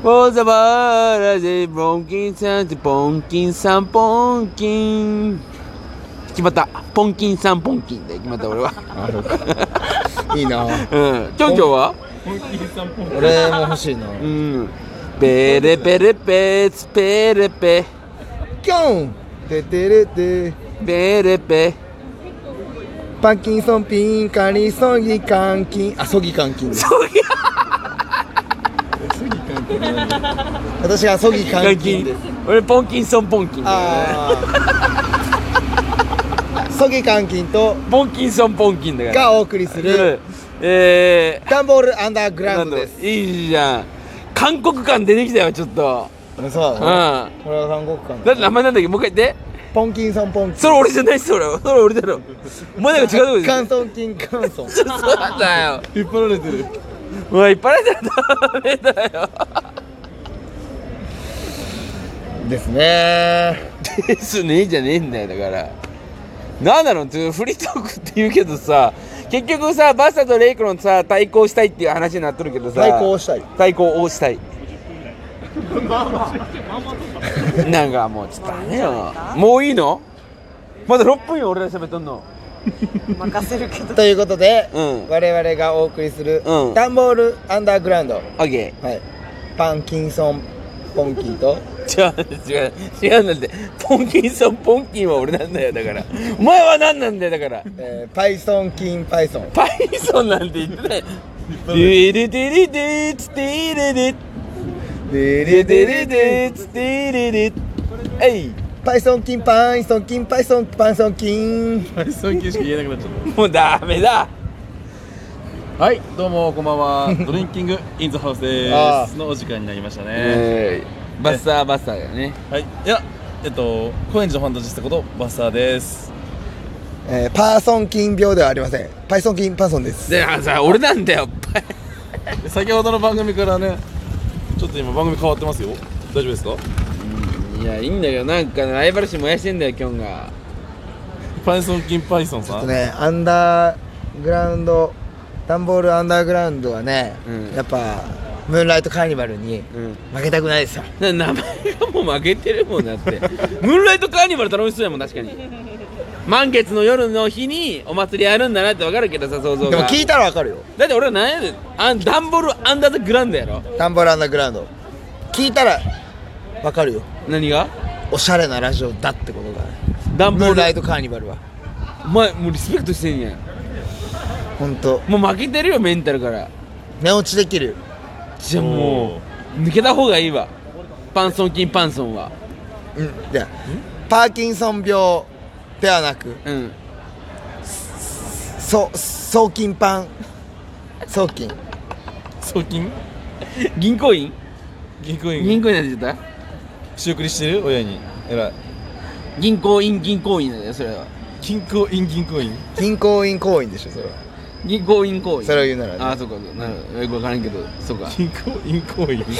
おざばらでポンキンさんってポンキンさんポンキン決まった。ポンキンさんポンキンで決まった俺は。 いいな。 きょんきょんは俺も欲しいな。 ペレペレペーツペレペキョンテテレテペレペパンキンソンピンカリソギカンキンソギカンキンです。私がソギカンキンです。 俺ポンキンソンポンキン。 ソギカンキンとポンキンソンポンキンだからがお送りするダンボールアンダーグラウンドです。 いいじゃん。韓国感出てきたよちょっと。 そう。これは韓国感。 だって名前なんだっけ、もう一回言って。 ポンキンソンポンキン。 それ俺じゃないっす。それ俺だろ。お前なんか違うとこで。 カンソンキンカンソン。 そうだよ。 引っ張られてる。 うわ、引っ張られてる。ダメだよ。 ですね。 ですねじゃねえんだよ。だからなんだろう、フリートークって言うけどさ、結局さ、バッサとレイクロンさ対抗したいっていう話になっとるけどさ、 対抗したいなんかもうちょっとダメよ。もういいの？まだ6分よ俺ら喋っとんの。 任せるけど。 ということで、我々がお送りするダンボールアンダーグラウンド。 オッケー。 はい。パンキンソンポンキンと違うんだって。ポンキンソンポンキンは俺なんだよ。だからお前は何なんだよ。だからパイソンキンパイソンなんて言ってない。デレデレデツデレデデレデレデツデレデえいパイソンキンパイソンキンパイソンパイソンキンパイソンキンしか言えなくなっちゃった。 もうダメだ。 はい、どうもこんばんは。ドリンキングインザハウスですのお時間になりましたね。 バッサーだよね。 はい、いや、高円寺のファンタジスタことバッサーです。 パーソンキン病ではありません。パイソンキンパーソンです。 でさ、俺なんだよ。 先ほどの番組からね、ちょっと今番組変わってますよ。大丈夫ですか？ いや、いいんだけど、なんかライバル心燃やしてんだよ、キョンが。 パイソンキンパイソンさん。 ちょっとね、アンダーグラウンド、ダンボールアンダーグラウンドはね、やっぱムーンライトカーニバルに負けたくないですよ。 名前がもう負けてるもんだって。ムーンライトカーニバル楽しそうやもん、確かに。満月の夜の日にお祭りやるんだなって分かるけどさ、想像が。 でも聞いたら分かるよ。 だって俺は何やねん。ダンボールアンダーザグラウンドやろ。 ダンボールアンダーグラウンド聞いたら分かるよ。 何がおしゃれなラジオだってことが。 ダンボールムーンライトカーニバルはお前もうリスペクトしてんやん。 ほんともう負けてるよ、メンタルから。 寝落ちできる。 じゃあもう抜けた方がいいわ。パンソンキンパンソンは。 じゃあパーキンソン病ではなく、送金パン送金銀行員銀行員なんて言った？ 仕送りしてる親に。えらい。 銀行員なんだよ、それは。 銀行員銀行員行員でしょ、それは。 銀行員行員。 それを言うならね。 ああ、そうか、なるほど。よく分からんけど、そうか。 銀行員行員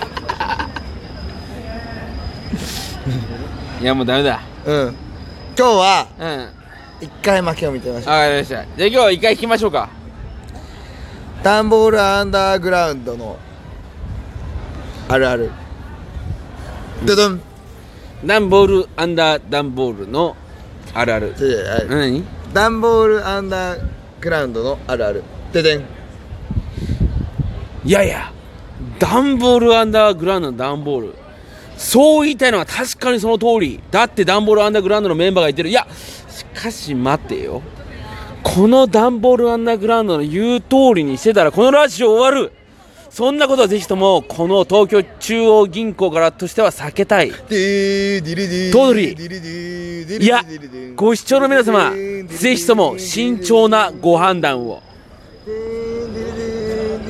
いや、もうダメだ。 今日はうん。 一回負けを見てました。 わかりました。じゃあ今日は一回引きましょうか。 ダンボールアンダーグラウンドのあるある。ドドン。 ダンボールアンダーダンボールのあるある。何？ ダンボールアンダーグラウンドのあるある。ででん。 いやいや、ダンボールアンダーグラウンドのダンボール。そう言いたいのは確かにその通り。だってダンボールアンダーグラウンドのメンバーが言ってる。いや、しかし待てよ。このダンボールアンダーグラウンドの言う通りにしてたらこのラジオ終わる。そんなことはぜひともこの東京中央銀行からとしては避けたい。通り。いや、ご視聴の皆様、ぜひとも慎重なご判断を。